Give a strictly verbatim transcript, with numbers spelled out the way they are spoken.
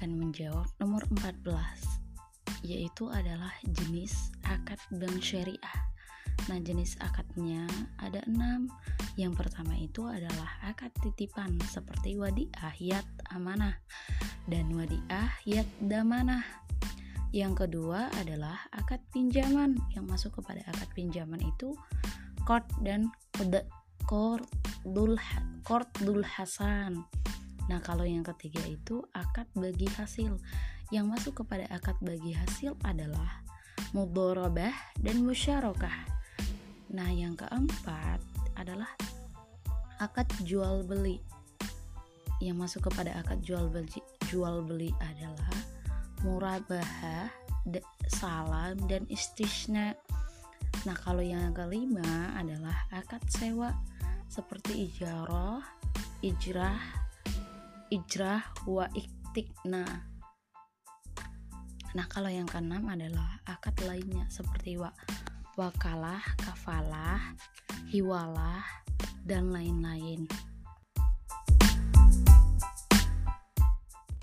akan menjawab nomor empat belas, yaitu adalah jenis akad bank syariah. Nah, jenis akadnya ada enam. Yang pertama itu adalah akad titipan seperti wadiah yat amanah dan wadiah yat damanah. Yang kedua adalah akad pinjaman. Yang masuk kepada akad pinjaman itu qard dan qardul qardul hasan. Nah, kalau yang ketiga itu akad bagi hasil. Yang masuk kepada akad bagi hasil adalah mudharabah dan musyarakah. Nah, yang keempat adalah akad jual beli. Yang masuk kepada akad jual beli jual beli adalah murabahah, salam dan istisna. Nah, kalau yang kelima adalah akad sewa seperti ijarah, ijrah, ijrah wa iktikna. Nah, kalau yang keenam adalah akad lainnya seperti wa, wakalah, kafalah, hiwalah, dan lain-lain.